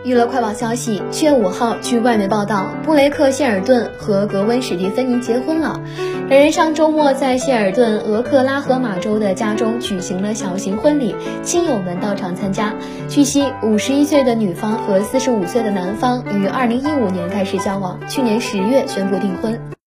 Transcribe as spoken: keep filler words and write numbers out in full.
娱乐快报消息，七月五号，据外媒报道，布雷克·谢尔顿和格温·史蒂芬妮结婚了。两人上周末在谢尔顿俄克拉荷马州的家中举行了小型婚礼，亲友们到场参加。据悉，五十一岁的女方和四十五岁的男方于二零一五年开始交往，去年十月宣布订婚。